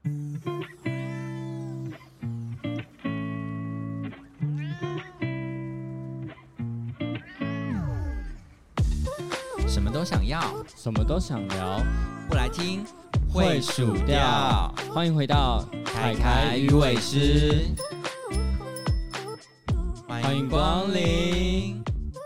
什么都想要， 什么都想聊， 不来听会数掉。 欢迎回到凯凯鱼尾狮， 欢迎光临。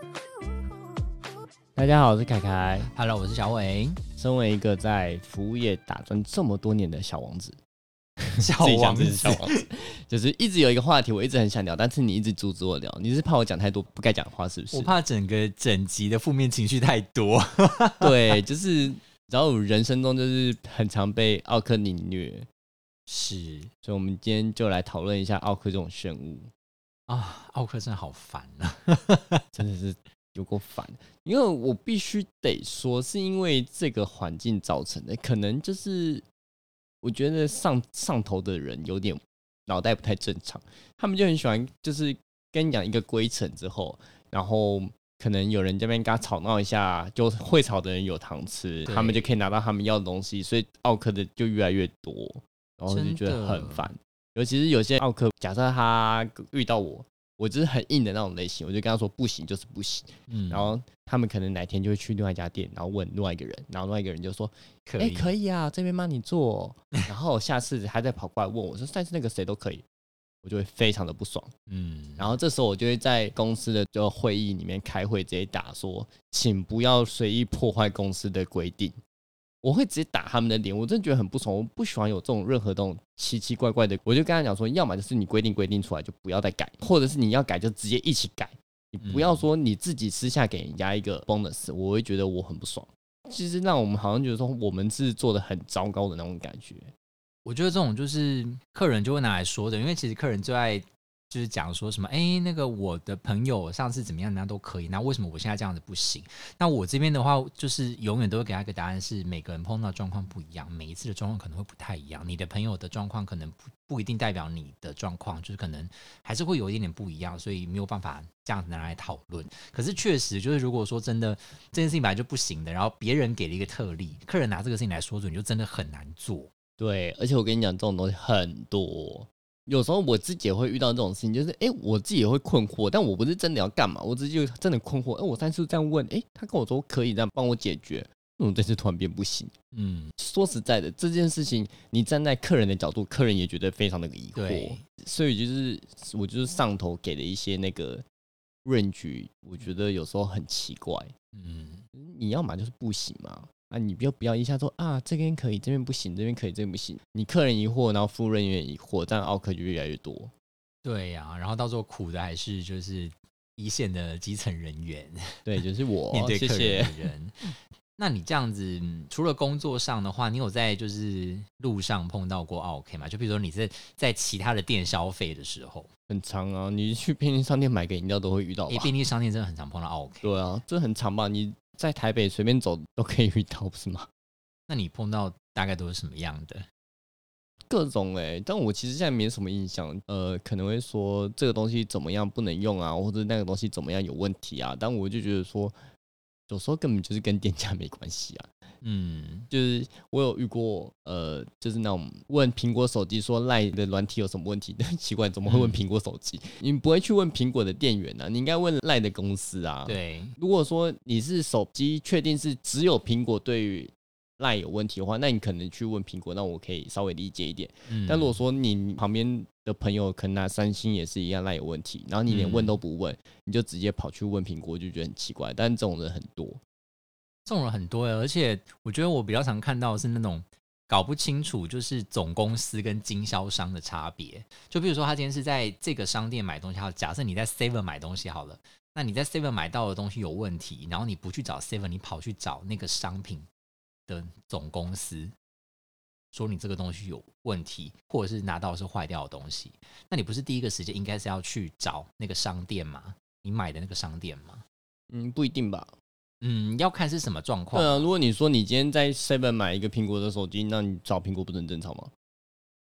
大家好，我是凯凯。 Hello， 我是小伟。 身为一个在服务业打转这么多年的小王子， 小王子， 就是一直有一个话题，我一直很想聊，但是你一直阻止我聊，你是怕我讲太多不该讲的话，是不是？ 我怕整集的负面情绪太多。 对，就是然后人生中就是很常被奥克凌虐， 是， 所以我们今天就来讨论一下奥克这种生物啊，奥克真的好烦啊， 真的是有够烦。因为我必须得说，是因为这个环境造成的，可能就是我觉得上头的人有点脑袋不太正常，他们就很喜欢就是跟你讲一个规程之后，然后可能有人这边跟他吵闹一下，就会吵的人有糖吃，他们就可以拿到他们要的东西，所以奥克的就越来越多，然后就觉得很烦。尤其是有些奥克，假设他遇到我就是很硬的那种类型，我就跟他说不行就是不行，然后他们可能哪天就会去另外一家店，然后问另外一个人，然后另外一个人就说可以啊，这边帮你做，然后下次还再跑过来问我说上次那个谁都可以，我就会非常的不爽。然后这时候我就会在公司的就会议里面开会，直接打说请不要随意破坏公司的规定，我会直接打他们的脸，我真的觉得很不爽，我不喜欢有这种任何这种奇奇怪怪的，我就跟他讲说，要么就是你规定出来就不要再改，或者是你要改就直接一起改，你不要说你自己私下给人家一个 bonus， 我会觉得我很不爽。其实让我们好像觉得说我们是做的很糟糕的那种感觉。 我觉得这种就是客人就会拿来说的，因为其实客人最爱就是讲说什么，那个我的朋友上次怎么样，人家都可以，那为什么我现在这样子不行？那我这边的话，就是永远都会给他一个答案是，每个人碰到的状况不一样，每一次的状况可能会不太一样，你的朋友的状况可能不一定代表你的状况，就是可能还是会有一点点不一样，所以没有办法这样子拿来讨论。可是确实就是如果说真的这件事情本来就不行的，然后别人给了一个特例，客人拿这个事情来说准，你就真的很难做。 对，而且我跟你讲，这种东西很多。有时候我自己也会遇到这种事情，就是我自己也会困惑，但我不是真的要干嘛，我自己就真的困惑。我上次这样问，他跟我说可以这样帮我解决，那我这次突然变不行。说实在的，这件事情你站在客人的角度，客人也觉得非常的疑惑，所以就是我就是上头给了一些那个range，我觉得有时候很奇怪。你要嘛就是不行嘛。你不要一下说这边可以，这边不行，这边可以，这边不行。你客人疑惑，然后服务人员疑惑，这样奥客就越来越多。 对呀，然后到时候苦的还是就是一线的基层人员。 对，就是我面对客人的人。谢谢。那你这样子，除了工作上的话，你有在就是路上碰到过OK吗？就比如说你是在其他的店消费的时候， 很常啊。你去便利商店买个饮料都会遇到吧？ 便利商店真的很常碰到OK。 对啊，这很常吧？你在台北随便走都可以遇到，不是吗？ 那你碰到大概都是什么样的？ 各种但我其实现在没什么印象。可能会说这个东西怎么样不能用啊，或者那个东西怎么样有问题啊。但我就觉得说，有时候根本就是跟店家没关系啊。就是我有遇过，就是那种问苹果手机说 LINE 的软体有什么问题，奇怪，怎么会问苹果手机？你不会去问苹果的店员啊，你应该问 LINE 的公司啊。 对， 如果说你是手机确定是只有苹果对于 LINE 有问题的话，那你可能去问苹果，那我可以稍微理解一点。但如果说你旁边的朋友可能拿三星也是一样 LINE 有问题，然后你连问都不问，你就直接跑去问苹果，就觉得很奇怪。但这种人很多。 这种人很多，而且我觉得我比较常看到的是那种搞不清楚就是总公司跟经销商的差别。就比如说他今天是在这个商店买东西，假设你在 Seven 买东西好了，那你在 Seven 买到的东西有问题，然后你不去找 Seven， 你跑去找那个商品的总公司，说你这个东西有问题，或者是拿到的是坏掉的东西，那你不是第一个时间应该是要去找那个商店吗？你买的那个商店吗？ 不一定吧。 要看是什么状况。 对啊，如果你说你今天在 Seven 买一个苹果的手机，那你找苹果不是很正常吗？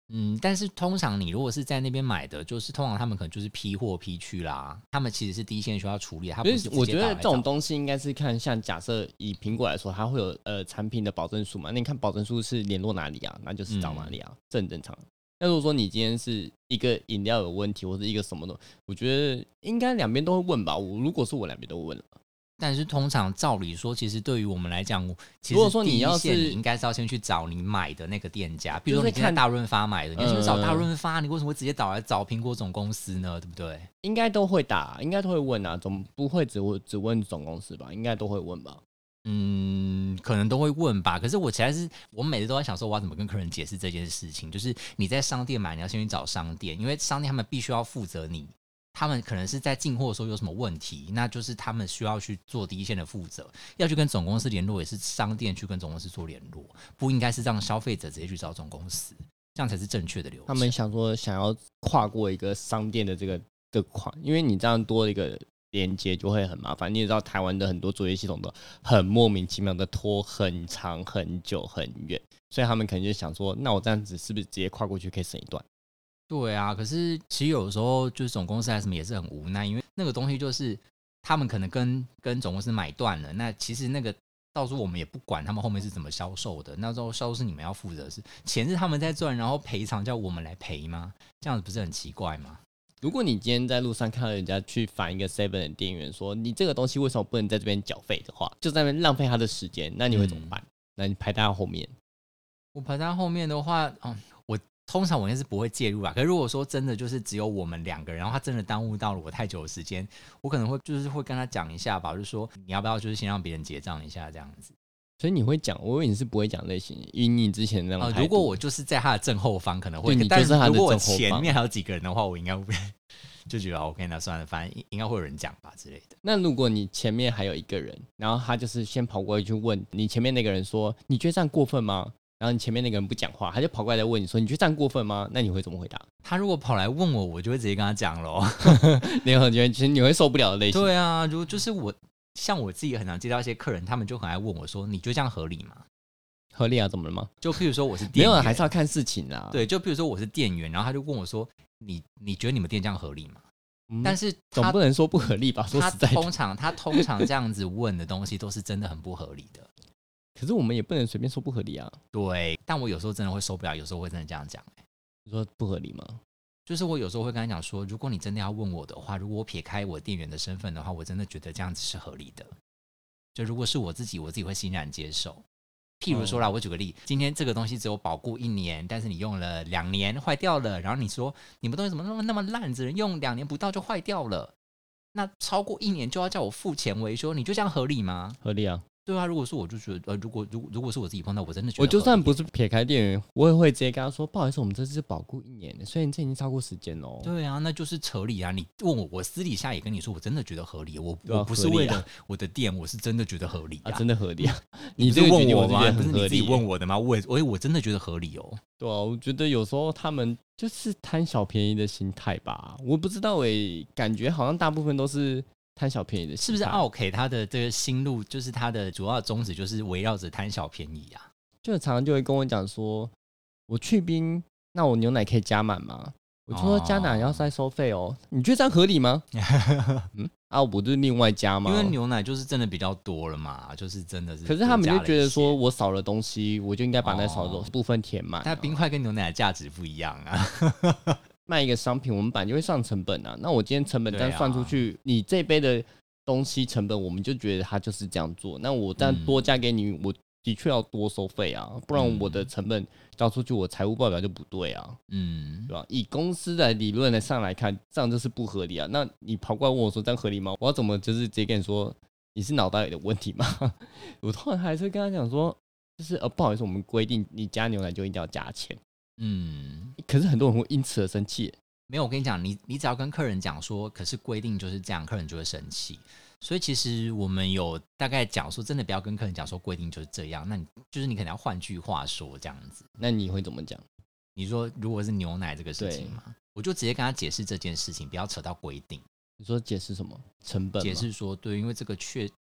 但是通常你如果是在那边买的，就是通常他们可能就是批货批区啦，他们其实是第一线需要处理，他不是直接我觉得打来这种东西应该是看，像假设以苹果来说，它会有产品的保证书嘛，那你看保证书是联络哪里啊，那就是找哪里啊，这很正常。那如果说你今天是一个饮料有问题，或者一个什么的，我觉得应该两边都会问吧。如果是我两边都会问了。 但是通常照理说，其实对于我们来讲，其实如果说你要是你应该是要先去找你买的那个店家，比如说你在大润发买的，你要先去找大润发，你为什么会直接来找苹果总公司呢？对不对？ 应该都会打，应该都会问啊，总不会只问总公司吧？应该都会问吧？ 可能都会问吧。可是我每次都在想说，我要怎么跟客人解释这件事情？就是你在商店买，你要先去找商店，因为商店他们必须要负责你。他们可能是在进货的时候有什么问题，那就是他们需要去做第一线的负责，要去跟总公司联络，也是商店去跟总公司做联络，不应该是让消费者直接去找总公司，这样才是正确的流程。 他们想要跨过一个商店的这个款，因为你这样多一个连接就会很麻烦。你也知道台湾的很多作业系统都很莫名其妙的拖很长很久很远，所以他们可能就想说，那我这样子是不是直接跨过去可以省一段？ 对啊，可是其实有时候就是总公司还是什么也是很无奈，因为那个东西就是他们可能跟总公司买断了，那其实那个到时候我们也不管他们后面是怎么销售的，那时候销售是你们要负责的事，钱是他们在赚，然后赔偿叫我们来赔吗？这样子不是很奇怪吗？ 如果你今天在路上看到人家去烦一个 Seven 的店员说你这个东西为什么不能在这边缴费的话，就在那边浪费他的时间，那你会怎么办？那你排他后面？ 我排他后面的话，通常我应该是不会介入啦。可是如果说真的就是只有我们两个人，然后他真的耽误到了我太久的时间，我可能会跟他讲一下吧，就是说你要不要就是先让别人结账一下这样子。 所以你会讲，我以为你是不会讲类型，以你之前那样的态度。 如果我就是在他的正后方，可能会， 对，你就是他的正后方。 但如果我前面还有几个人的话，我应该会就觉得 OK， 那算了，反正应该会有人讲吧之类的。 那如果你前面还有一个人，然后他就是先跑过去问你前面那个人说，你觉得这样过分吗？然后你前面那个人不讲话，他就跑过来问你说：“你觉得这样过分吗？”那你会怎么回答？ 他如果跑来问我，我就会直接跟他讲咯。 你其实你会受不了的类型。 对啊，就是像我自己很常接到一些客人，他们就很爱问我说：“你觉得这样合理吗？” 合理啊，怎么了吗？ 就譬如说我是店员， 没有，还是要看事情啦。 对，就譬如说我是店员，然后他就问我说：“你觉得你们店这样合理吗？”但是总不能说不合理吧？说实在的， 他通常这样子问的东西都是真的很不合理的。 可是我们也不能随便说不合理啊。 对，但我有时候真的会受不了，有时候会真的这样讲。 你说不合理吗？ 就是我有时候会跟他讲说，如果你真的要问我的话，如果我撇开我店员的身份的话，我真的觉得这样子是合理的。就如果是我自己会欣然接受。譬如说啦，我举个例，今天这个东西只有保固1年，但是你用了2年坏掉了，然后你说你们东西怎么那么烂，只能用2年不到就坏掉了，那超过1年就要叫我付钱维修，你就这样合理吗？ 合理啊。 对啊，如果是我就觉得，如果是我自己碰到，我真的觉得， 我就算不是撇开店员，我也会直接跟他说：“不好意思，我们这是保固1年的，所以这已经超过时间了。” 对啊，那就是扯理啊！你问我，我私底下也跟你说，我真的觉得合理。我不是为了我的店，我是真的觉得合理啊，真的合理啊！ 你这个问我吗？不是你自己问我的吗？我真的觉得合理哦。 对啊，我觉得有时候他们就是贪小便宜的心态吧。我不知道感觉好像大部分都是贪小便宜的心态。 是不是？OK，他的这个心路就是他的主要的宗旨就是围绕着贪小便宜啊。 就常常就会跟我讲说，我去冰，那我牛奶可以加满吗？我就说加奶要再收费哦，你觉得这样合理吗？我就是另外加吗？ 因为牛奶就是真的比较多了嘛，就是真的是。 可是他们就觉得说我少了东西，我就应该把那少的部分填满。 但冰块跟牛奶的价值不一样啊。 卖一个商品，我们本来就会上成本啊。那我今天成本单算出去，你这杯的东西成本，我们就觉得它就是这样做。那我但多加给你，我的确要多收费啊，不然我的成本交出去，我财务报表就不对啊，对吧？以公司的理论上来看，这样就是不合理啊。那你跑过来问我说这样合理吗？我要怎么就是直接跟你说你是脑袋有问题吗？我突然还是跟他讲说，就是不好意思，我们规定你加牛奶就一定要加钱。可是很多人会因此而生气。 没有，我跟你讲，你只要跟客人讲说，可是规定就是这样，客人就会生气。所以其实我们有大概讲说，真的不要跟客人讲说规定就是这样，那你可能要换句话说这样子。 那你会怎么讲？ 你说如果是牛奶这个事情嘛，我就直接跟他解释这件事情，不要扯到规定。 你说解释什么？成本吗？ 解释说对，因为这个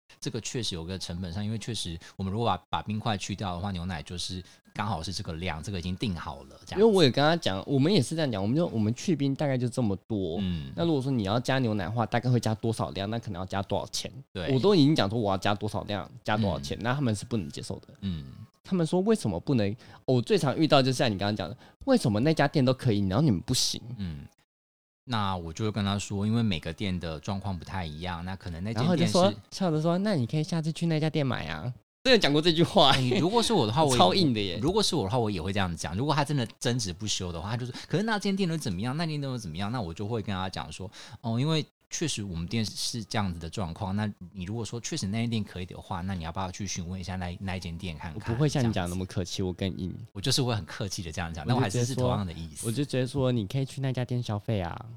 这个确实有个成本上，因为确实我们如果把冰块去掉的话，牛奶就是刚好是这个量，这个已经定好了。这样， 因为我也跟他讲，我们也是这样讲，我们去冰大概就这么多。那如果说你要加牛奶的话，大概会加多少量？那可能要加多少钱？ 对， 我都已经讲说我要加多少量，加多少钱，那他们是不能接受的。他们说为什么不能？我最常遇到就是像你刚刚讲的，为什么那家店都可以，然后你们不行？ 那我就会跟他说，因为每个店的状况不太一样，那可能那间店是， 然后就笑着说，那你可以下次去那家店买啊。真的讲过这句话、 如果是我的话，我超硬的耶。 如果是我的话，我也会这样子讲。如果他真的争执不休的话，他就说，可是那间店又怎么样，那间店又怎么样，那我就会跟他讲说，因为确实我们店是这样子的状况。那你如果说确实那间店可以的话，那你要不要去询问一下那一间店看看？ 我不会像你讲那么客气，我更硬。 我就是会很客气的这样讲，但我还是同样的意思。 我就直接说，你可以去那家店消费啊。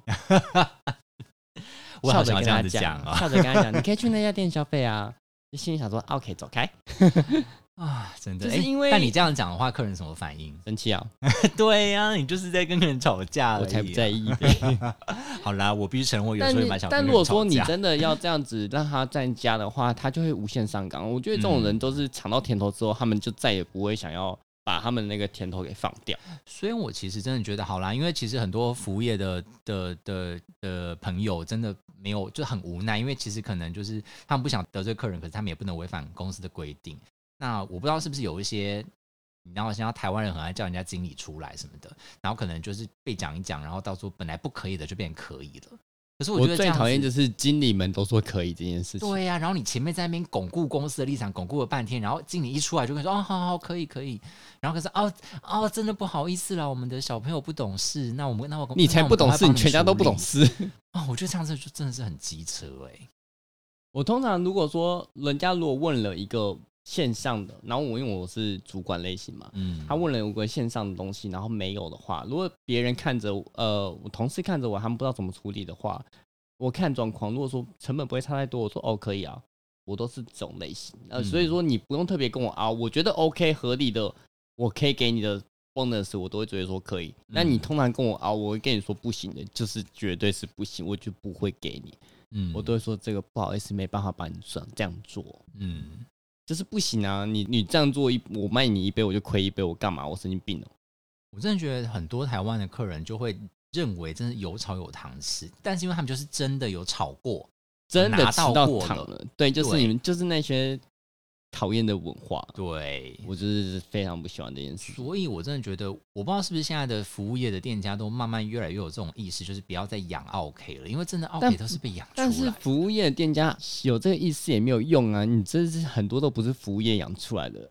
我好想要这样子讲啊， 笑着跟他讲，你可以去那家店消费啊。就心里想说 ，OK， 走开。 啊，真的， 就是因为但你这样讲的话，客人什么反应？ 生气啊！ 对呀、你就是在跟人吵架而已、 我才不在意。 好啦，我必须承认，我有时候也蛮想跟但人吵架。 如果说你真的要这样子让他站家的话，他就会无限上纲。我觉得这种人都是尝到甜头之后，他们就再也不会想要把他们那个甜头给放掉。 所以我其实真的觉得好啦，因为其实很多服务业的朋友真的没有，就很无奈，因为其实可能就是他们不想得罪客人，可是他们也不能违反公司的规定。那我不知道是不是有一些，你知道，像台湾人很爱叫人家经理出来什么的，然后可能就是被讲一讲，然后到时候本来不可以的就变成可以了。可是我觉得最讨厌就是经理们都说可以这件事情。 对呀、然后你前面在那边巩固公司的立场，巩固了半天，然后经理一出来就跟你说好可以，然后可是真的不好意思啦，我们的小朋友不懂事， 你才不懂事，你全家都不懂事我觉得这样子就真的是很机车我通常如果说人家如果问了一个线上的，然后因为我是主管类型嘛，他问了有个线上的东西，然后没有的话，如果别人看着我同事看着我，他们不知道怎么处理的话，我看状况。如果说成本不会差太多，我说可以啊，我都是这种类型。所以说你不用特别跟我熬，我觉得 OK 合理的，我可以给你的 bonus， 我都会觉得说可以。那你通常跟我熬，我会跟你说不行的，就是绝对是不行，我就不会给你。我都会说这个不好意思，没办法帮你这样做。就是不行啊！你这样做我卖你一杯我就亏一杯，我干嘛？我神经病哦！ 我真的觉得很多台湾的客人就会认为真的有炒有糖吃，但是因为他们就是真的有炒过， 真的吃到过糖了。对，就是你们就是那些讨厌的文化。 对， 我就是非常不喜欢这件事。 所以我真的觉得，我不知道是不是现在的服务业的店家都慢慢越来越有这种意识，就是不要再养OK 了，因为真的OK 都是被养出来。 但是服务业的店家有这个意识也没有用啊！你这是很多都不是服务业养出来的。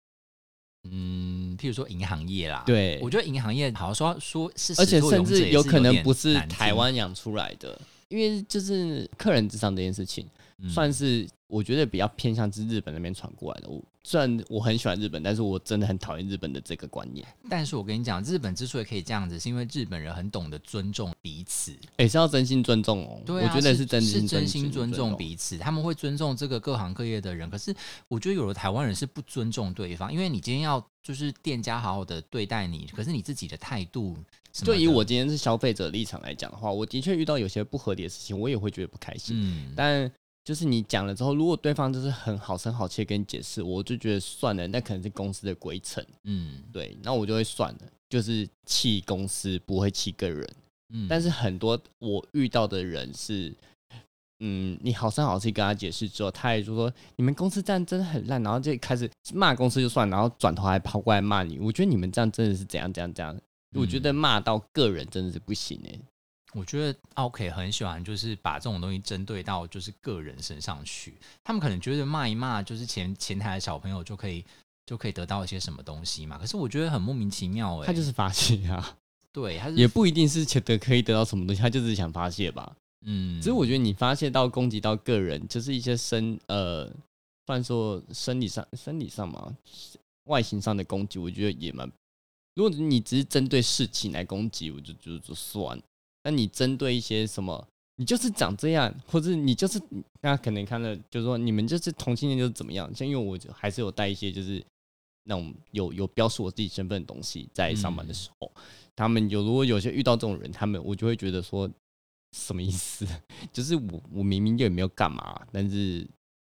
譬如说银行业啦， 对， 我觉得银行业好像说是， 而且甚至有可能不是台湾养出来的，因为就是客人至上这件事情，算是我觉得比较偏向是日本那边传过来的。虽然我很喜欢日本，但是我真的很讨厌日本的这个观念。 但是我跟你讲，日本之所以可以这样子，是因为日本人很懂得尊重彼此， 是要真心尊重哦。 对啊， 我觉得是真心尊重彼此，他们会尊重这个各行各业的人。可是我觉得有的台湾人是不尊重对方，因为你今天要就是店家好好的对待你，可是你自己的态度什么的， 就以我今天是消费者立场来讲的话，我的确遇到有些不合理的事情，我也会觉得不开心。但就是你讲了之后，如果对方就是很好声好气跟你解释，我就觉得算了，那可能是公司的规程。对，那我就会算了，就是气公司不会气个人。但是很多我遇到的人是，你好声好气跟他解释之后，他也就说你们公司这样真的很烂，然后就开始骂公司就算，然后转头还跑过来骂你。我觉得你们这样真的是怎样。我觉得骂到个人真的是不行我觉得 OK 很喜欢，就是把这种东西针对到就是个人身上去。他们可能觉得骂一骂，就是前台的小朋友就可以得到一些什么东西嘛。可是我觉得很莫名其妙他就是发泄啊。 对， 也不一定是可以得到什么东西，他就是想发泄吧。只是我觉得你发泄到攻击到个人，就是一些算说生理上嘛，外形上的攻击，我觉得也蛮。如果你只是针对事情来攻击，我就算了。那你针对一些什么，你就是长这样，或者你就是大家可能看了，就是说你们就是同性恋就是怎么样？像因为我还是有带一些就是那种有标示我自己身份的东西在上班的时候，他们如果有些遇到这种人，我就会觉得说什么意思？就是我明明就也没有干嘛，但是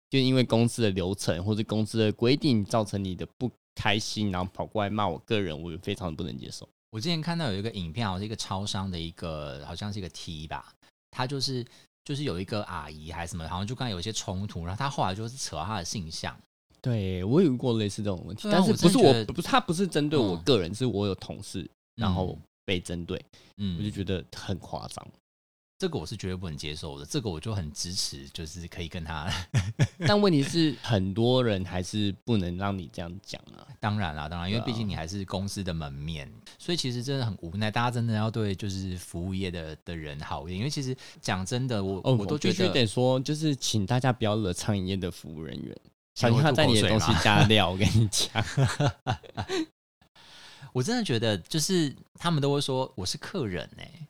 就因为公司的流程或者公司的规定造成你的不开心，然后跑过来骂我个人，我非常不能接受。 我之前看到有一个影片，好像是一个超商的一个，好像是一个 T 吧，他就是有一个阿姨还是什么，好像就刚才有一些冲突，然后他后来就是扯到他的性向。 对，我有遇过类似这种问题， 啊、 但是他不是针对我个人，是我有同事，然后被针对，我就觉得很夸张。 这个我是绝对不能接受的，这个我就很支持，就是可以跟他。 但问题是，很多人还是不能让你这样讲啊。 当然啦，当然，因为毕竟你还是公司的门面，所以其实真的很无奈。大家真的要对就是服务业的人好一点，因为其实讲真的，我都觉得必须得说，就是请大家不要惹餐饮业的服务人员，小心他在你的东西加料。我跟你讲， 我真的觉得就是他们都会说我是客人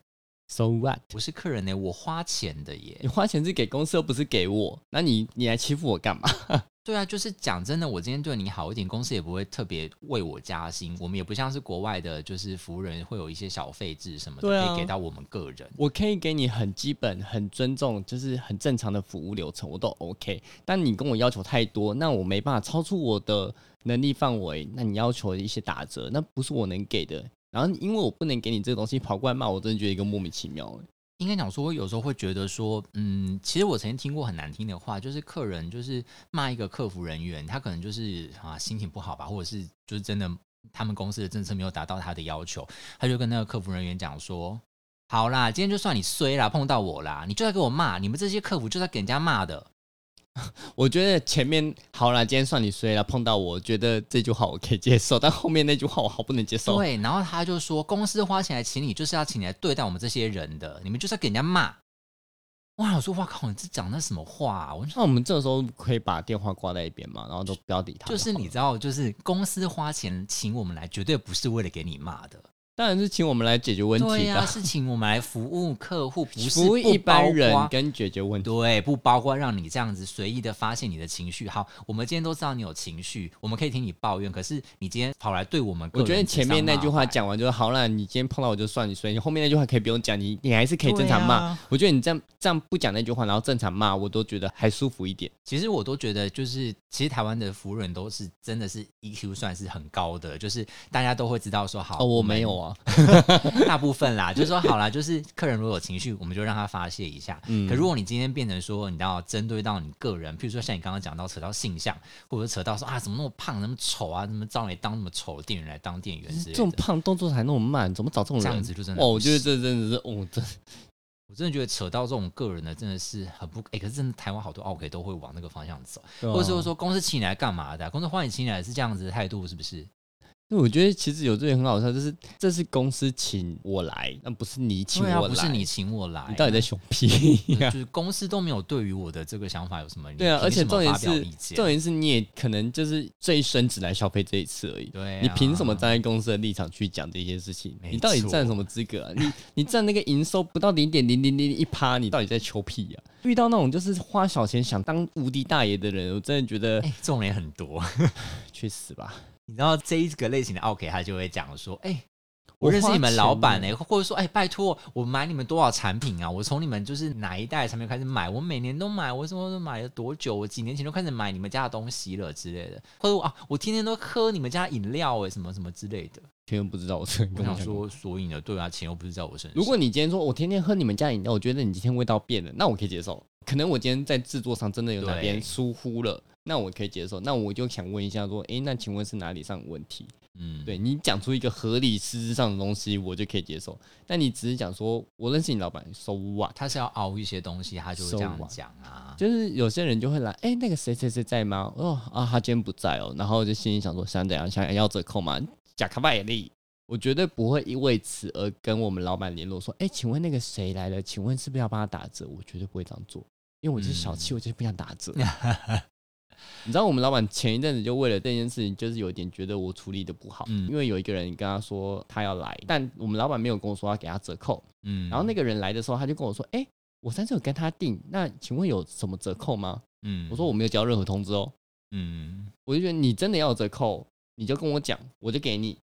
So what？ 我是客人我花钱的耶。 你花钱是给公司，又不是给我，那你来欺负我干嘛？ 对啊，就是讲真的，我今天对你好一点，公司也不会特别为我加薪。我们也不像是国外的，就是服务人会有一些小费制什么的，可以给到我们个人。 我可以给你很基本、很尊重，就是很正常的服务流程，我都 OK。但你跟我要求太多，那我没办法超出我的能力范围。那你要求一些打折，那不是我能给的。然后因为我不能给你这个东西，跑过来骂我，真的觉得一个莫名其妙。 应该讲说，我有时候会觉得说，其实我曾经听过很难听的话，就是客人就是骂一个客服人员，他可能就是心情不好吧，或者是就是真的他们公司的政策没有达到他的要求，他就跟那个客服人员讲说，好啦，今天就算你衰啦，碰到我啦，你就在给我骂，你们这些客服就在给人家骂的。 我觉得前面好啦，今天算你衰了，碰到我觉得这句话我可以接受，但后面那句话我好不能接受。 对，然后他就说，公司花钱来请你，就是要请你来对待我们这些人的，你们就是要给人家骂。哇，我说哇靠，你这讲的什么话啊？ 那我们这时候可以把电话挂在一边嘛，然后都不要理他。 就是你知道，就是公司花钱请我们来，绝对不是为了给你骂的。 当然是请我们来解决问题的。 对呀、是请我们来服务客户，不是服务一般人跟解决问题。 对，不包括让你这样子随意的发泄你的情绪。好，我们今天都知道你有情绪，我们可以听你抱怨，可是你今天跑来对我们个人， 我觉得前面那句话讲完就好了，你今天碰到我就算你衰，你后面那句话可以不用讲，你还是可以正常骂。啊、我觉得你这样不讲那句话，然后正常骂，我都觉得还舒服一点。 其实我都觉得，就是其实台湾的服务人都是真的是 EQ 算是很高的，就是大家都会知道说好， 我没有啊。 大部分啦，就是说好啦，就是客人如果有情绪，我们就让他发泄一下。可如果你今天变成说，你知道针对到你个人，譬如说像你刚刚讲到扯到性向，或者扯到说怎么那么胖、那么丑啊，怎么招你当那么丑的店员来当店员之类的， 这种胖动作还那么慢，怎么找这种人？ 这样子就真的我觉得这真的是我真的觉得扯到这种个人的真的是很不可是真的台湾好多OK 都会往那个方向走，或者是说公司请你来干嘛的？公司花你请你来是这样子的态度，是不是？ 我觉得其实有这点很好笑，就是这是公司请我来，那不是你请我来， 不是你请我来， 你到底在熊屁就是公司都没有对于我的这个想法有什么对啊，而且重点是你也可能就是这一生只来消费这一次而已， 对、啊， 你凭什么站在公司的立场去讲这些事情？你到底占什么资格啊？你占那个营收不到0.0001%，你到底在求屁呀、啊？遇到那种就是花小钱想当无敌大爷的人，我真的觉得， 这种人很多， 去死吧！ 你知道这一个类型的 OK， 他就会讲说，我认识你们老板或者说，拜托，我买你们多少产品啊？我从你们就是哪一代产品开始买，我每年都买，我什么都买了多久？我几年前就开始买你们家的东西了之类的，或者我天天都喝你们家饮料什么什么之类的。 天不知道我这我想说，所以呢，对啊，钱又不是在我身上。 如果你今天说我天天喝你们家饮料，我觉得你今天味道变了，那我可以接受。可能我今天在制作上真的有哪边疏忽了，那我可以接受。那我就想问一下说，那请问是哪里上有问题？对你讲出一个合理实质上的东西，我就可以接受。但你只是讲说我认识你老板，so what？ 他是要凹一些东西，他就会这样讲啊。 就是有些人就会来，那个谁谁谁在吗？他今天不在哦。然后就心里想说，想怎样？想要折扣吗？假卡拜利。我绝对不会因为此而跟我们老板联络说，请问那个谁来了？请问是不是要帮他打折？我绝对不会这样做，因为我是小气，我就是不想打折。你知道我们老板前一阵子就为了这件事情，就是有点觉得我处理的不好，因为有一个人跟他说他要来，但我们老板没有跟我说要给他折扣，然后那个人来的时候，他就跟我说，我上次有跟他订，那请问有什么折扣吗？我说我没有接到任何通知哦，我就觉得你真的要有折扣，你就跟我讲，我就给你。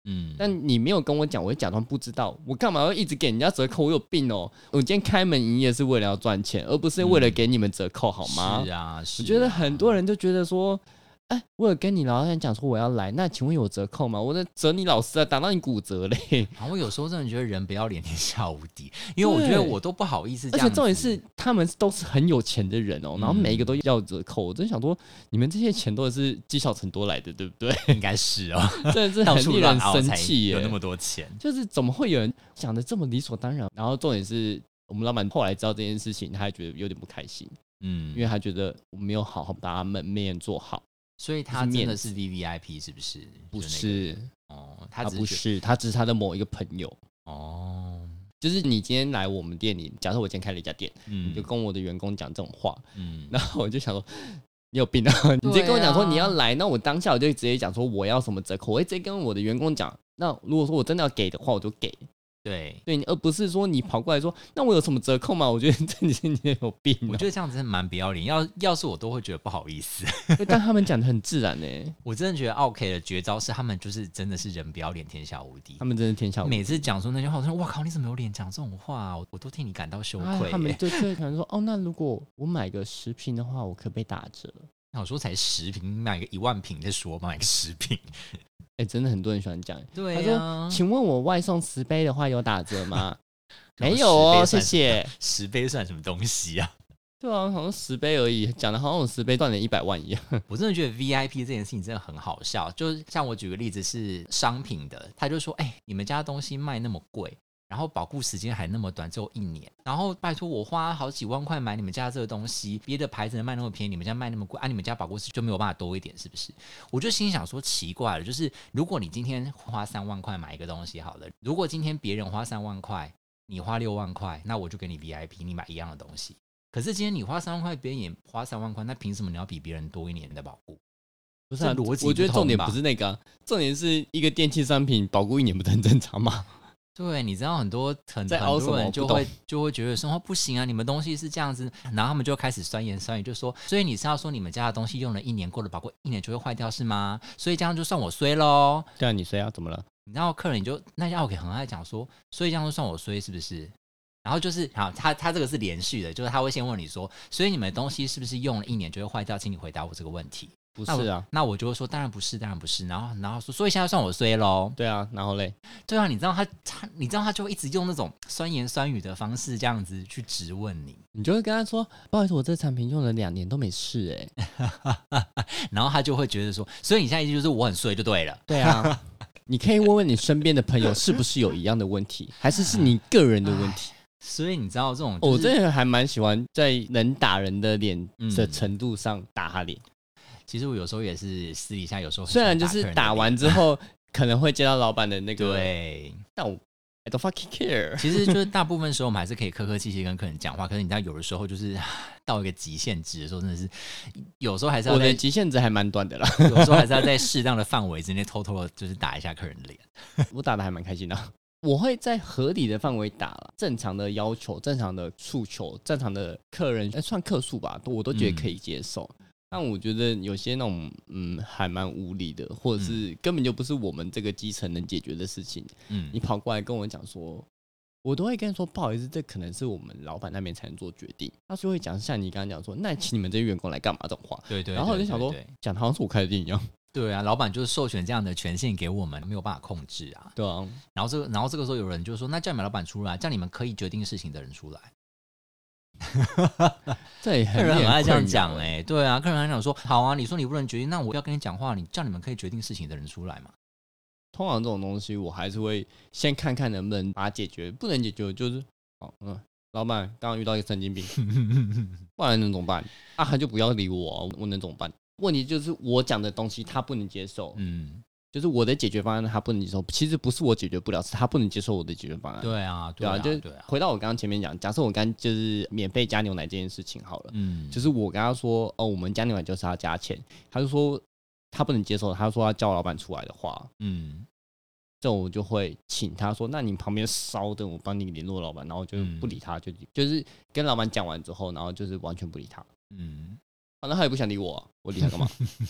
但你没有跟我讲，我会假装不知道。我干嘛要一直给人家折扣？我有病哦！我今天开门营业是为了要赚钱，而不是为了给你们折扣，好吗？ 是啊， 我觉得很多人就觉得说，哎，我有跟你老板讲说我要来，那请问有折扣吗？我在折你老师啊，打到你骨折嘞！ 我有时候真的觉得人不要脸天下无敌，因为我觉得我都不好意思这样子。 而且重点是他们都是很有钱的人哦，然后每一个都要折扣。我真想说，你们这些钱都是积少成多来的，对不对？ 应该是哦， 真的是很令人生气耶！ 有那么多钱， 就是怎么会有人讲的这么理所当然？然后重点是我们老板后来知道这件事情，他还觉得有点不开心，因为他觉得我没有好好把他门面做好。 所以他真的是 VVIP 是不是？ 不是哦， 他不是，他只是他的某一个朋友哦。就是你今天来我们店里，假设我今天开了一家店，你就跟我的员工讲这种话，然后我就想说你有病啊！你直接跟我讲说你要来，那我当下我就直接讲说我要什么折扣，我会直接跟我的员工讲。那如果说我真的要给的话，我就给。对，而不是说你跑过来说，那我有什么折扣吗？我觉得你有病啊。 我觉得这样子蛮不要脸，要是我都会觉得不好意思。 但他们讲的很自然呢。 我真的觉得 OK 的绝招是他们就是真的是人不要脸天下无敌， 他们真的天下无敌。 每次讲说那句话，我说哇靠，你怎么有脸讲这种话？我都替你感到羞愧。 他们就可能说哦，那如果我买个10瓶的话，我可不可以打折？ 那我说才10瓶，买个10000瓶再说，买个10瓶。 真的很多人喜欢讲。 对啊， 他说：“请问我外送10杯的话有打折吗？”没有哦，谢谢。 10杯算什么东西啊？ 对啊，好像10杯而已，讲的好像我10杯赚了100万一样。 我真的觉得 VIP 这件事情真的很好笑。就是像我举个例子是商品的，他就说：“你们家东西卖那么贵。”然后保固时间还那么短，只有1年。然后拜托我花好几万块买你们家这个东西，别的牌子能卖那么便宜，你们家卖那么贵啊？你们家保固时就没有办法多一点，是不是？我就心想说奇怪了，就是如果你今天花3万块买一个东西好了，如果今天别人花3万块，你花6万块，那我就给你 VIP， 你买一样的东西。可是今天你花3万块，别人也花3万块，那凭什么你要比别人多1年的保固？ 不是逻辑，我觉得重点不是那个，重点是一个电器商品保固1年不是很正常吗？ 对，你知道很多人就会觉得说不行啊，你们东西是这样子，然后他们就开始酸言酸语，就说，所以你是要说你们家的东西用了1年，过了保固1年就会坏掉是吗？所以这样就算我衰咯。 对啊，你衰啊，怎么了？ 你知道客人就那家 OK 很爱讲说，所以这样就算我衰是不是？然后就是好，他这个是连续的，就是他会先问你说，所以你们的东西是不是用了1年就会坏掉？请你回答我这个问题。 不是啊， 那我就会说当然不是，当然不是。然后说，所以现在算我衰咯。 对啊，然后嘞， 对啊，你知道他就会一直用那种酸言酸语的方式这样子去质问你， 你就会跟他说，不好意思，我这产品用了2年都没事然后他就会觉得说，所以你现在意思就是我很衰就对了。 对啊，你可以问问你身边的朋友是不是有一样的问题，还是你个人的问题。 所以你知道这种、 我真的还蛮喜欢在能打人的脸的程度上打他脸。 其实我有时候也是私底下有时候虽然就是打完之后可能会接到老板的那个， 对， 但我 I don't fucking care。 其实就是大部分时候我们还是可以客客气气跟客人讲话，可是你知道有的时候就是到一个极限值的时候，真的是有时候还是要我的极限值还蛮短的啦， 有时候还是要在适当的范围之内偷偷的就是打一下客人的脸。 我打的还蛮开心的。我会在合理的范围打了，正常的要求、正常的诉求、正常的客人算客数吧，我都觉得可以接受。但我觉得有些那种还蛮无理的，或者是根本就不是我们这个基层能解决的事情，你跑过来跟我讲说，我都会跟他说不好意思，这可能是我们老板那边才能做决定。他就会讲像你刚刚讲说，那请你们这些员工来干嘛这种话， 对， 然后我就想说，讲的好像是我开的店一样。 对啊，老板就是授权这样的权限给我们，没有办法控制啊。 对啊， 然后这个时候有人就说，那叫你们老板出来，叫你们可以决定事情的人出来。 这客人很爱这样讲对啊，客人很讲说，好啊，你说你不能决定，那我要跟你讲话，你叫你们可以决定事情的人出来嘛。 通常这种东西，我还是会先看看能不能把它解决，不能解决就是老板刚刚遇到一个神经病，不然能怎么办啊？他就不要理我，我能怎么办？问题就是我讲的东西他不能接受，就是我的解决方案他不能接受。其实不是我解决不了，是他不能接受我的解决方案。 对啊， 就是回到我刚刚前面讲，假设我刚就是免费加牛奶这件事情好了，就是我跟他说我们加牛奶就是要加钱，他就说他不能接受，他说要叫老板出来的话，这种我就会请他说，那你旁边稍等，我帮你联络老板，然后就不理他，就是跟老板讲完之后，然后就是完全不理他。那他也不想理我，我理他干嘛？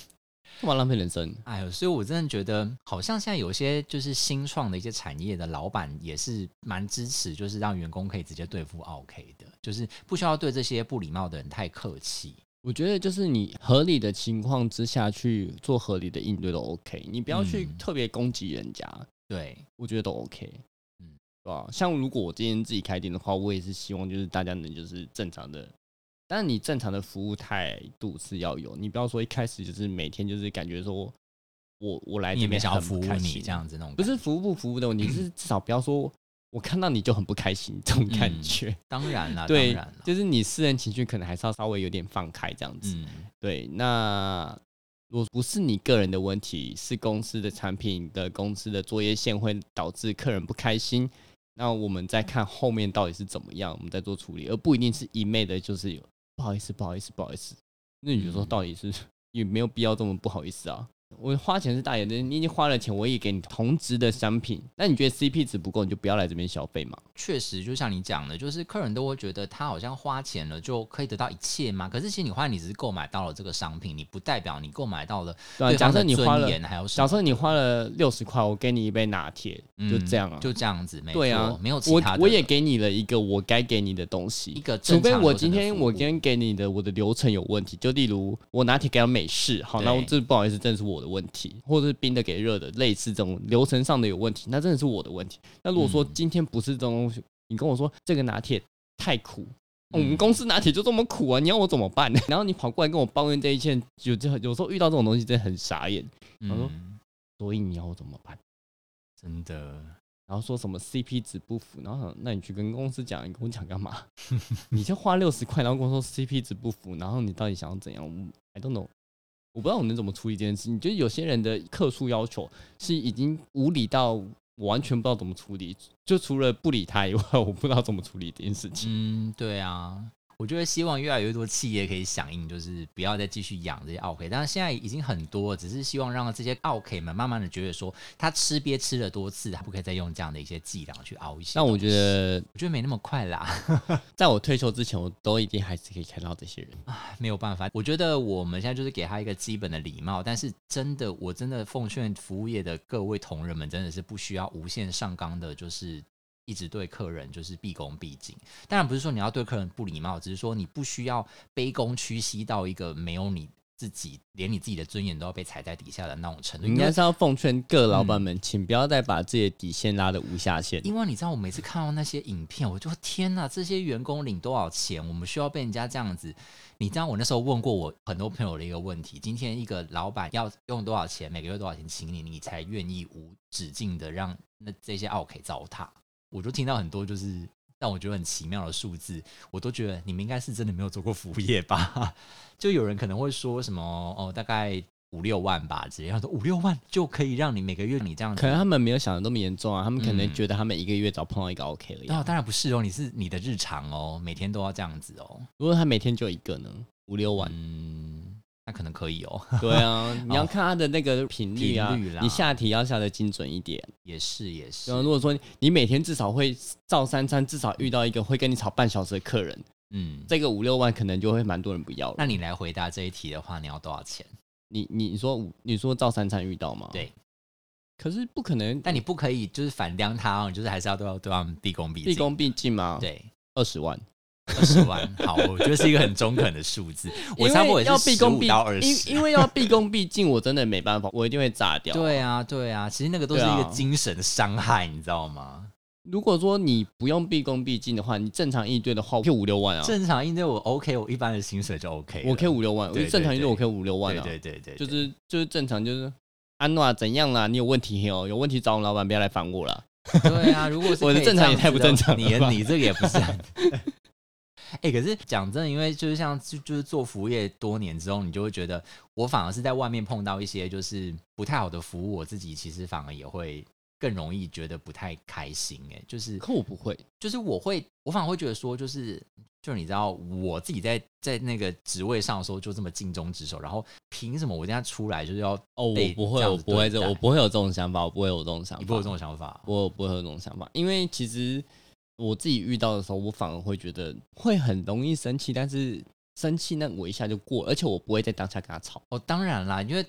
干嘛浪费人生？ 哎呦，所以我真的觉得，好像现在有些就是新创的一些产业的老板也是蛮支持，就是让员工可以直接对付 OK 的，就是不需要对这些不礼貌的人太客气。 我觉得就是你合理的情况之下去做合理的应对都 OK， 你不要去特别攻击人家， 对， 我觉得都 OK。对吧？像如果我今天自己开店的话，我也是希望就是大家能就是正常的，但是你正常的服务态度是要有，你不要说一开始就是每天就是感觉说我来这边想要服务很不开心你这样子那种， 不是服务不服务的问题，是至少不要说我看到你就很不开心这种感觉。 当然啦， 对， 当然啦， 就是你私人情绪可能还是要稍微有点放开这样子。对，那如果不是你个人的问题，是公司的产品的公司的作业线会导致客人不开心。那我们再看后面到底是怎么样，我们再做处理，而不一定是一昧的，就是有不好意思，不好意思，不好意思。那你就说到底是也没有必要这么不好意思啊。我花钱是大爷的，你已经花了钱，我也给你同质的商品，那你觉得 CP 值不够，你就不要来这边消费嘛。 确实，就像你讲的，就是客人都会觉得他好像花钱了就可以得到一切嘛。可是其实你花，你只是购买到了这个商品，你不代表你购买到了对方的尊严，还有什么？ 假设你花了60块，我给你一杯拿铁，就这样啊， 就这样子，没错， 对啊， 没有其他的。 我也给你了一个我该给你的东西， 一个除非我今天给你的我的流程有问题，就例如我拿铁给到美式，好，那这不好意思，真的是我的问题，或者是冰的给热的，类似这种流程上的有问题，那真的是我的问题。那如果说今天不是这种东西，你跟我说这个拿铁太苦，我们公司拿铁就这么苦啊，你要我怎么办？然后你跑过来跟我抱怨这一切，有时候遇到这种东西真的很傻眼。他说，所以你要我怎么办？ 真的。 然后说什么 CP 值不符，然后那你去跟公司讲，你跟我讲干嘛？你就花60块，然后跟我说 CP 值不符，然后你到底想要怎样？I don't know， 我不知道我能怎么处理这件事。你觉得有些人的客诉要求是已经无理到我完全不知道怎么处理，就除了不理他以外，我不知道怎么处理这件事情。 对啊。我就会希望越来越多企业可以响应，就是不要再继续养这些OK，但是现在已经很多，只是希望让这些OK们慢慢的觉得说，他吃鳖吃了多次，他不可以再用这样的一些伎俩去熬一些。 但我觉得没那么快啦。 在我退休之前，我都一定还是可以看到这些人。 没有办法，我觉得我们现在就是给他一个基本的礼貌，但是我真的奉劝服务业的各位同仁们，真的是不需要无限上纲的，就是一直对客人就是毕恭毕敬。当然不是说你要对客人不礼貌，只是说你不需要卑躬屈膝到一个没有你自己连你自己的尊严都要被踩在底下的那种程度。 应该是要奉劝各老板们，请不要再把自己的底线拉得无下限。 因为你知道，我每次看到那些影片，我就天哪，这些员工领多少钱？我们需要被人家这样子？你知道我那时候问过我很多朋友的一个问题：今天一个老板要用多少钱，每个月多少钱请你，你才愿意无止境的让这些OK糟蹋？我就听到很多就是让我觉得很奇妙的数字，我都觉得你们应该是真的没有做过服务业吧？就有人可能会说什么大概5-6万吧之类的，说5-6万就可以让你每个月你这样子， 可能他们没有想的那么严重啊，他们可能觉得他们一个月只要碰到一个 OK 而已。 当然不是哦，你的日常哦，每天都要这样子哦。 如果他每天就一个呢，5-6万， 那可能可以哦。 对啊，你要看他的那个频率啊，你下题要下的精准一点。 也是。 如果说你每天至少会照3餐，至少遇到一个会跟你吵半小时的客人，这个5-6万可能就会蛮多人不要了。 那你来回答这一题的话，你要多少钱？ 你说照3餐遇到吗？ 对。 可是不可能， 但你不可以就是反量他哦，就是还是要对他们毕恭毕敬吗？ 对 ，20万。 20万，好，我觉得是一个很中肯的数字。我差不多也是15到20， 因为要毕恭毕敬，我真的没办法，我一定会炸掉。 对啊，其实那个都是一个精神的伤害，你知道吗？ 如果说你不用毕恭毕敬的话，你正常应对的话，我可以5-6万啊。 正常应对我 OK， 我一般的薪水就 OK， 我可以5-6万，我正常应对我可以5-6万啊。 对， 就是正常，就是安诺怎样啦？你有问题哦，有问题找我们老板，不要来烦我啦。 对啊，如果是我的正常也太不正常了， 你这个也不是很。可是讲真的，因为就是像就是做服务业多年之后，你就会觉得，我反而是在外面碰到一些就是不太好的服务，我自己其实反而也会更容易觉得不太开心。就是可我不会， 就是我反而会觉得说，就是你知道，我自己在那个职位上的时候就这么尽忠职守，然后凭什么我现在出来就是要我不会有这种想法，我不会有这种想法， 你不会有这种想法， 我不会有这种想法，因为其实。我自己遇到的时候，我反而会觉得会很容易生气，但是生气那我一下就过了，而且我不会在当下跟他吵。 当然啦，因为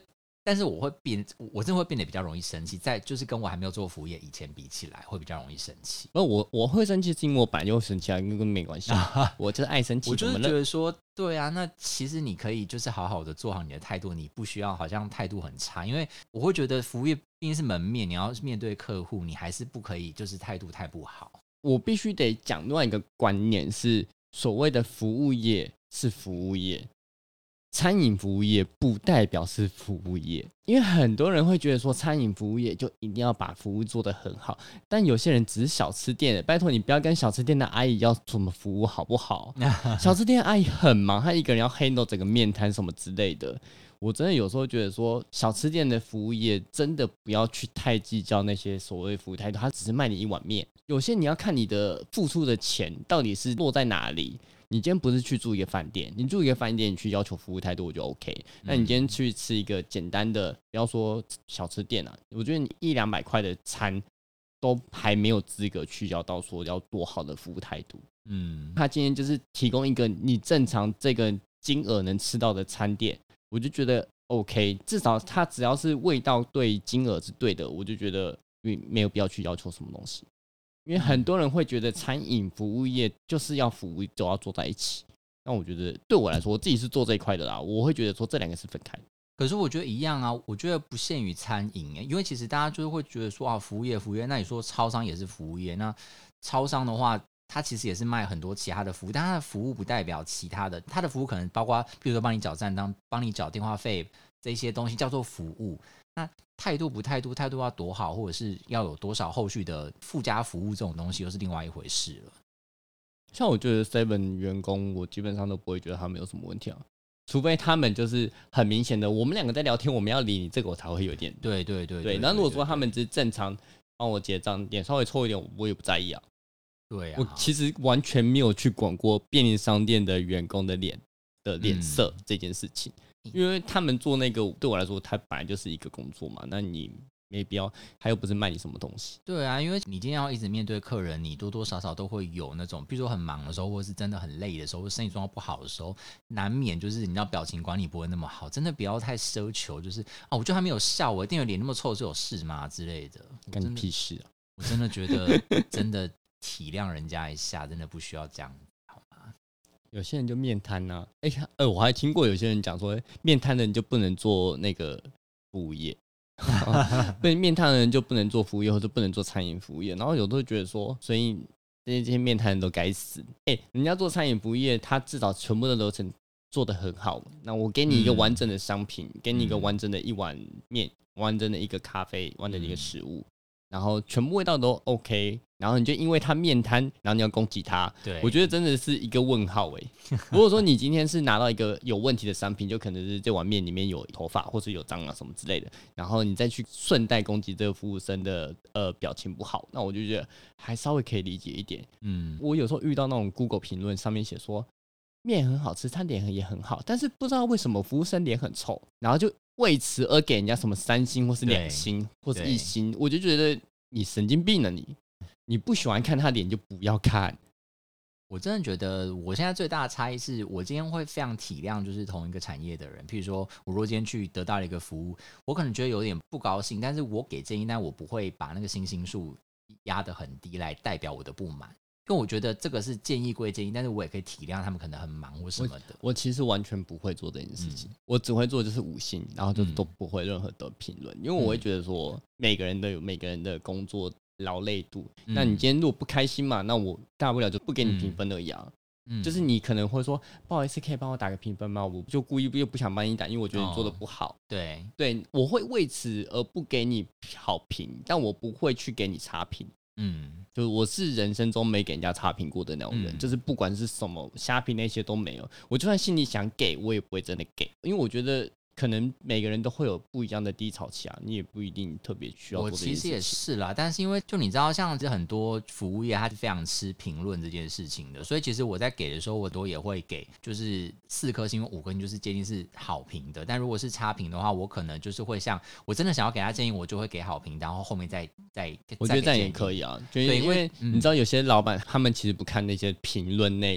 但是我真的会变得比较容易生气，就是跟我还没有做服务业以前比起来，会比较容易生气。 我会生气是因为我本来就会生气啊，跟没关系，我就是爱生气。 我就是觉得说，对啊，那其实你可以就是好好的做好你的态度，你不需要好像态度很差，因为我会觉得服务业毕竟是门面，你要面对客户，你还是不可以就是态度太不好。 我必须得讲另外一个观念是，所谓的服务业是服务业。餐饮服务业不代表是服务业，因为很多人会觉得说餐饮服务业就一定要把服务做得很好，但有些人只是小吃店的，拜托你不要跟小吃店的阿姨要怎么服务好不好？小吃店的阿姨很忙，她一个人要 handle 整个面摊什么之类的。我真的有时候觉得说，小吃店的服务业真的不要去太计较那些所谓服务态度，他只是卖你一碗面。有些你要看你的付出的钱到底是落在哪里。你今天不是去住一个饭店，你住一个饭店，你去要求服务态度，我就 OK。那你今天去吃一个简单的，不要说小吃店啊，我觉得你100-200块的餐都还没有资格去要到说要多好的服务态度。他今天就是提供一个你正常这个金额能吃到的餐点，我就觉得 OK。至少他只要是味道对，金额是对的，我就觉得没有必要去要求什么东西。因为很多人会觉得餐饮服务业就是要服务都要做在一起，那我觉得对我来说，我自己是做这一块的啦，我会觉得说这两个是分开的。 可是我觉得一样啊，我觉得不限于餐饮因为其实大家就是会觉得说啊，服务业，那你说超商也是服务业，那超商的话，它其实也是卖很多其他的服务，但它的服务不代表其他的，它的服务可能包括，比如说帮你缴账单、帮你缴电话费这些东西叫做服务。那态度要多好，或者是要有多少后续的附加服务，这种东西又是另外一回事了。 像我觉得 Seven 员工，我基本上都不会觉得他们有什么问题啊，除非他们就是很明显的，我们两个在聊天，我们要理你，这个我才会有点对。 那如果说他们只是正常帮我结账，脸稍微臭一点，我也不在意啊。 对啊， 我其实完全没有去管过便利商店的员工的脸色这件事情。因为他们做那个对我来说，他本来就是一个工作嘛，那你没必要，他又不是卖你什么东西。 对啊，因为你今天要一直面对客人，你多多少少都会有那种，比如说很忙的时候，或是真的很累的时候，或生意状况不好的时候，难免就是你知道表情管理不会那么好，真的不要太奢求，就是啊，我觉得他没有笑，我一定有脸那么臭是有事吗之类的， 干你屁事啊！ 我真的觉得真的体谅人家一下，真的不需要这样。 有些人就面瘫呐，我还听过有些人讲说，面瘫的人就不能做那个服务业，面瘫的人就不能做服务业，或者不能做餐饮服务业。然后有时候觉得说，所以这些面瘫人都该死。人家做餐饮服务业，他至少全部的流程做得很好。那我给你一个完整的商品，给你一个完整的一碗面，完整的一个咖啡，完整的一个食物。然后全部味道都 OK， 然后你就因为他面瘫，然后你要攻击他， 对， 我觉得真的是一个问号如果说你今天是拿到一个有问题的商品，就可能是这碗面里面有头发或是有蟑螂什么之类的，然后你再去顺带攻击这个服务生的表情不好，那我就觉得还稍微可以理解一点。我有时候遇到那种 Google 评论上面写说面很好吃，餐点也很好，但是不知道为什么服务生脸很臭，然后就为此而给人家什么3星或是2星或是1星，我就觉得你神经病了你不喜欢看他脸就不要看。 我真的觉得我现在最大的差异是我今天会非常体谅就是同一个产业的人，譬如说我如果今天去得到了一个服务，我可能觉得有点不高兴，但是我给建议，但我不会把那个星数压得很低来代表我的不满，因为我觉得这个是建议归建议，但是我也可以体谅他们可能很忙或什么的。 我其实完全不会做这件事情，我只会做就是5星，然后就都不会任何的评论，因为我会觉得说每个人都有每个人的工作劳累度，那你今天如果不开心嘛，那我大不了就不给你评分而已啊。就是你可能会说不好意思，可以帮我打个评分吗？我就故意又不想帮你打，因为我觉得你做的不好。 对， 我会为此而不给你好评，但我不会去给你差评。就是我是人生中没给人家差评过的那种人，就是不管是什么虾评那些都没有，我就算心里想给我也不会真的给，因为我觉得可能每个人都会有不一样的低潮期啊，你也不一定特别需要做这件事情。 我其实也是啦，但是因为就你知道，像是很多服务业，它是非常吃评论这件事情的，所以其实我在给的时候，我都也会给，就是4颗星、5颗星，就是接近是好评的。但如果是差评的话，我可能就是会像我真的想要给他建议，我就会给好评，然后后面再我觉得这样也可以啊，就因为你知道有些老板他们其实不看那些评论内容。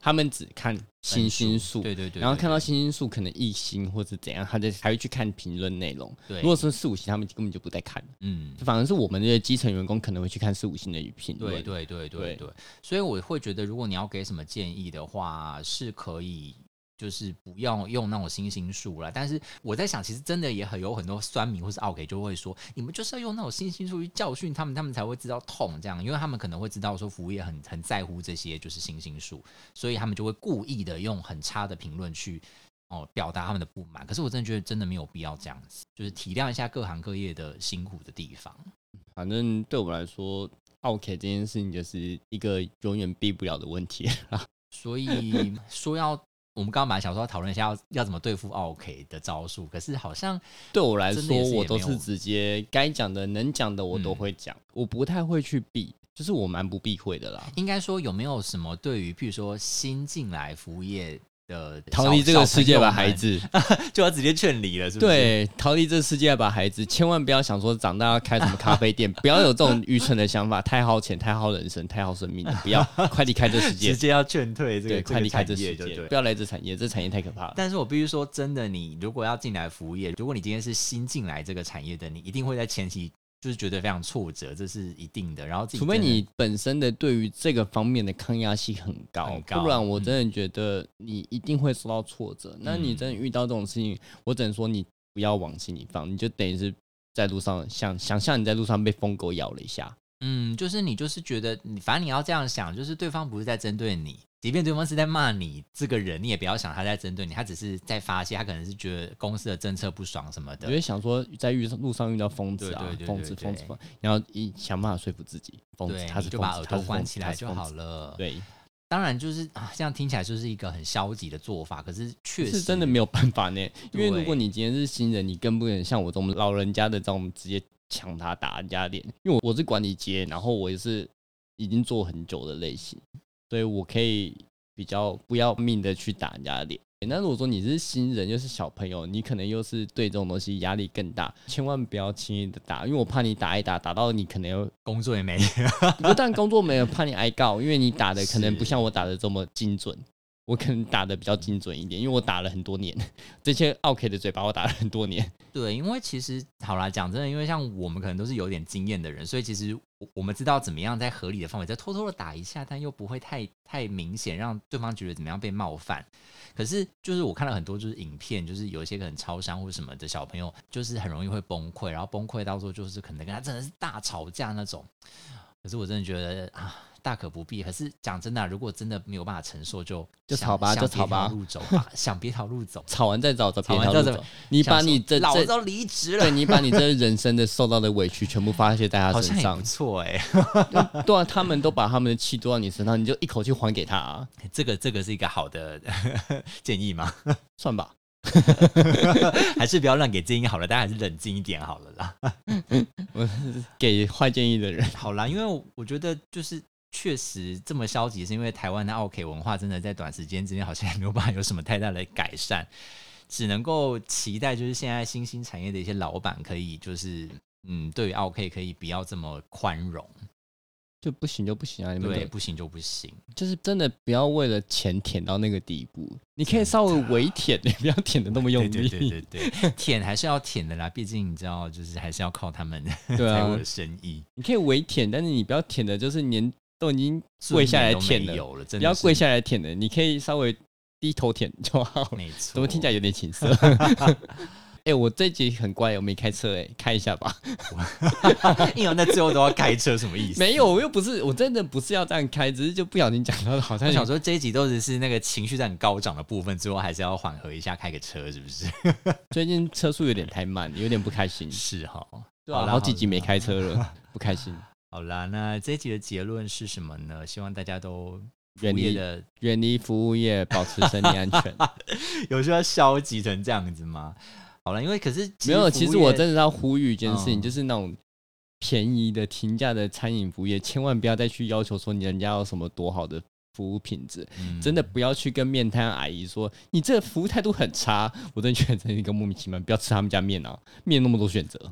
他们只看星星数， 对对对， 然后看到星星数可能1星或是怎样，他才会去看评论内容。 对， 如果说4、5星，他们根本就不在看。反而是我们这些基层员工可能会去看4、5星的评论。 对，所以我会觉得，如果你要给什么建议的话，是可以。就是不要用那种星星数啦，但是我在想，其实真的也有很多酸民或是 OK 就会说，你们就是要用那种星星数去教训他们，他们才会知道痛这样，因为他们可能会知道说服务业很在乎这些就是星星数，所以他们就会故意的用很差的评论去表达他们的不满。可是我真的觉得真的没有必要这样子，就是体谅一下各行各业的辛苦的地方。 反正对我来说，OK 这件事情就是一个永远避不了的问题啦。 所以说我们刚刚本来想说要讨论一下要怎么对付 OK 的招数，可是好像对我来说，我都是直接该讲的、能讲的我都会讲，我不太会去避，就是我蛮不避讳的啦。 应该说有没有什么对于譬如说新进来服务业的逃离这个世界吧，孩子就要直接劝离了，是不是？ 对，逃离这个世界吧，孩子，千万不要想说长大要开什么咖啡店，不要有这种愚蠢的想法，太耗钱、太耗人生、太耗生命了，不要，快离开这世界， 直接要劝退这个， 快离开这世界，不要来这产业，这产业太可怕了。 但是我必须说，真的，你如果要进来服务业，如果你今天是新进来这个产业的，你一定会在前期就是觉得非常挫折，这是一定的。然后除非你本身的对于这个方面的抗压性很高，不然我真的觉得你一定会受到挫折。那你真的遇到这种事情，我只能说你不要往心里放，你就等于是在路上想象你在路上被疯狗咬了一下。 就是你就是觉得反正你要这样想，就是对方不是在针对你，即便对方是在骂你这个人，你也不要想他在针对你，他只是在发泄，他可能是觉得公司的政策不爽什么的。 我就想说，在路上遇到疯子啊，疯子，然后想办法说服自己，疯子他是疯子， 就把耳朵关起来就好了。 对， 当然就是这样听起来就是一个很消极的做法，可是确实是真的没有办法呢。因为如果你今天是新人，你更不能像我这种老人家的这种直接抢他打人家脸，因为我是管理阶，然后我也是已经做很久的类型，所以我可以比较不要命的去打人家的脸。那如果说你是新人又是小朋友，你可能又是对这种东西压力更大，千万不要轻易的打，因为我怕你打一打到你可能又工作也没不但工作没有，怕你挨告，因为你打的可能不像我打的这么精准，我可能打的比较精准一点，因为我打了很多年，这些 OK 的嘴巴我打了很多年。对， 因为其实好啦，讲真的，因为像我们可能都是有点经验的人，所以其实我们知道怎么样在合理的范围再偷偷的打一下，但又不会太明显，让对方觉得怎么样被冒犯。可是就是我看了很多就是影片，就是有一些可能超商或什么的小朋友，就是很容易会崩溃，然后崩溃到时候就是可能跟他真的是大吵架那种。可是我真的觉得大可不必。可是讲真的，如果真的没有办法承受，就吵吧，就吵吧， 路走吧，想别条路走， 吵完再找别条路走。你把你这老子都离职了， 对，你把你这人生的受到的委屈全部发泄在他身上， 好像也不错哎。 对啊，他们都把他们的气都到你身上，你就一口气还给他啊。 这个是一个好的建议吗？ 算吧。 还是不要乱给建议好了，大家还是冷静一点好了啦。 我给坏建议的人好啦，因为我觉得就是确实这么消极，是因为台湾的OK 文化真的在短时间之内好像也没有办法有什么太大的改善，只能够期待就是现在新兴产业的一些老板可以就是对于 OK 可以不要这么宽容。 就不行就不行啊！你们对，不行就不行， 就是真的不要为了钱舔到那个地步。你可以稍微微舔，你不要舔的那么用力。 对，舔还是要舔的啦，毕竟你知道，就是还是要靠他们才有的生意。 你可以微舔，但是你不要舔的，就是连都已经跪下来舔了，不要跪下来舔的，你可以稍微低头舔就好。 没错， 怎么听起来有点情色？我这一集很乖，我没开车开一下吧。 硬要在最后都要开车，什么意思？ 没有，我真的不是要这样开，只是就不小心讲到好像我想说这一集都只是那个情绪在很高涨的部分，之后还是要缓和一下，开个车是不是？ 最近车速有点太慢，有点不开心。 是哈， 对啊，好几集没开车了，不开心。 好啦，那这一集的结论是什么呢？希望大家都远离服务业，保持生命安全。 有需要消极成这样子吗？好了，因为可是没有，其实我真的要呼吁一件事情，就是那种便宜的平价的餐饮服务业，千万不要再去要求说你人家有什么多好的服务品质，真的不要去跟面摊阿姨说你这个服务态度很差，我真的觉得这是一个莫名其妙，不要吃他们家面啊，面那么多选择。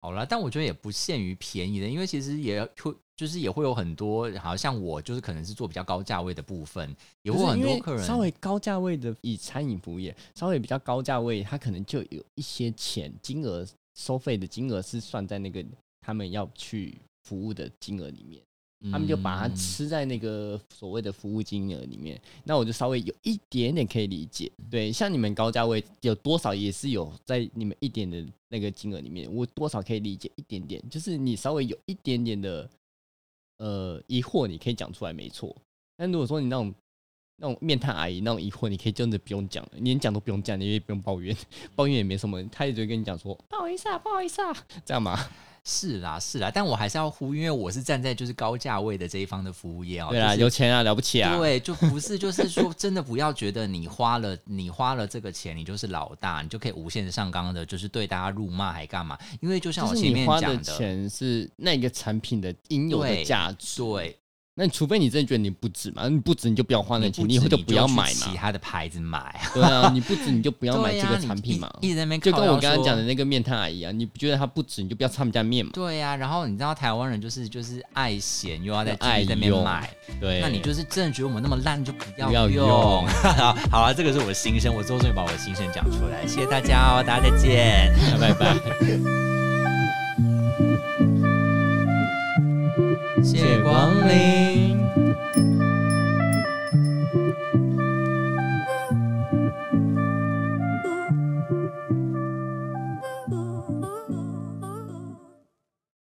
好啦，但我觉得也不限于便宜的，因为其实也会有很多，好像我就是可能是做比较高价位的部分，也会有很多客人稍微高价位的，以餐饮服务业稍微比较高价位，他可能就有一些钱金额收费的金额是算在那个他们要去服务的金额里面。他们就把它吃在那个所谓的服务金额里面，那我就稍微有一点点可以理解。对，像你们高价位有多少也是有在你们一点的那个金额里面，我多少可以理解一点点，就是你稍微有一点点的疑惑，你可以讲出来没错。但如果说你那种面瘫阿姨那种疑惑，你可以真的不用讲了，你连讲都不用讲，你也不用抱怨，抱怨也没什么，他也只会跟你讲说不好意思啊，不好意思啊，这样吗？ 是啦，但我还是要呼吁，因为我是站在就是高价位的这一方的服务业哦。 对啦， 就是、 有钱啊，了不起啊。 对，就不是，就是说，真的不要觉得你花了这个钱，你就是老大，你就可以无限上纲的，就是对大家辱骂还干嘛？因为就像我前面讲的， 就是你花的钱是那个产品的应有的价值。 对。 那除非你真的觉得你不值嘛，你不值你就不要花那钱，你以后就不要买嘛。 其他的牌子买， 对啊，你不值你就不要买这个产品嘛。 一直在那边就跟我刚刚讲的那个面摊阿姨啊，你不觉得它不值，你就不要吃他们家面嘛。 对啊，然后你知道台湾人就是爱嫌，又要在那边买， 对， 那你就是真的觉得我们那么烂，就不要用。好啊，这个是我的心声，我终于把我的心声讲出来，谢谢大家哦，大家再见， 拜拜。 谢光临。